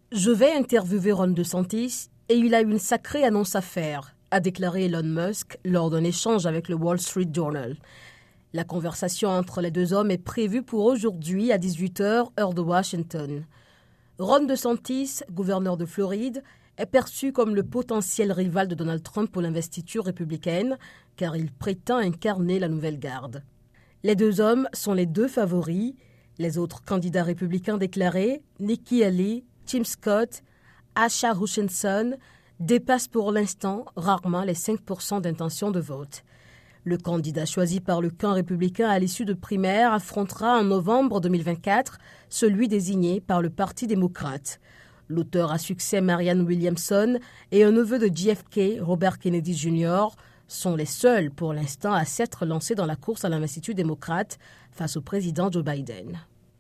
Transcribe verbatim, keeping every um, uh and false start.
Je vais interviewer Ron DeSantis et il a une sacrée annonce à faire, a déclaré Elon Musk lors d'un échange avec le Wall Street Journal. La conversation entre les deux hommes est prévue pour aujourd'hui à dix-huit heures, heure de Washington. Ron DeSantis, gouverneur de Floride, est perçu comme le potentiel rival de Donald Trump pour l'investiture républicaine, car il prétend incarner la nouvelle garde. Les deux hommes sont les deux favoris. Les autres candidats républicains déclarés, Nikki Haley, Tim Scott, Asa Hutchinson, dépassent pour l'instant rarement les cinq pour cent d'intention de vote. Le candidat choisi par le camp républicain à l'issue de primaires affrontera en novembre deux mille vingt-quatre celui désigné par le Parti démocrate. L'auteur à succès Marianne Williamson et un neveu de J F K, Robert Kennedy junior, sont les seuls pour l'instant à s'être lancés dans la course à l'investiture démocrate face au président Joe Biden.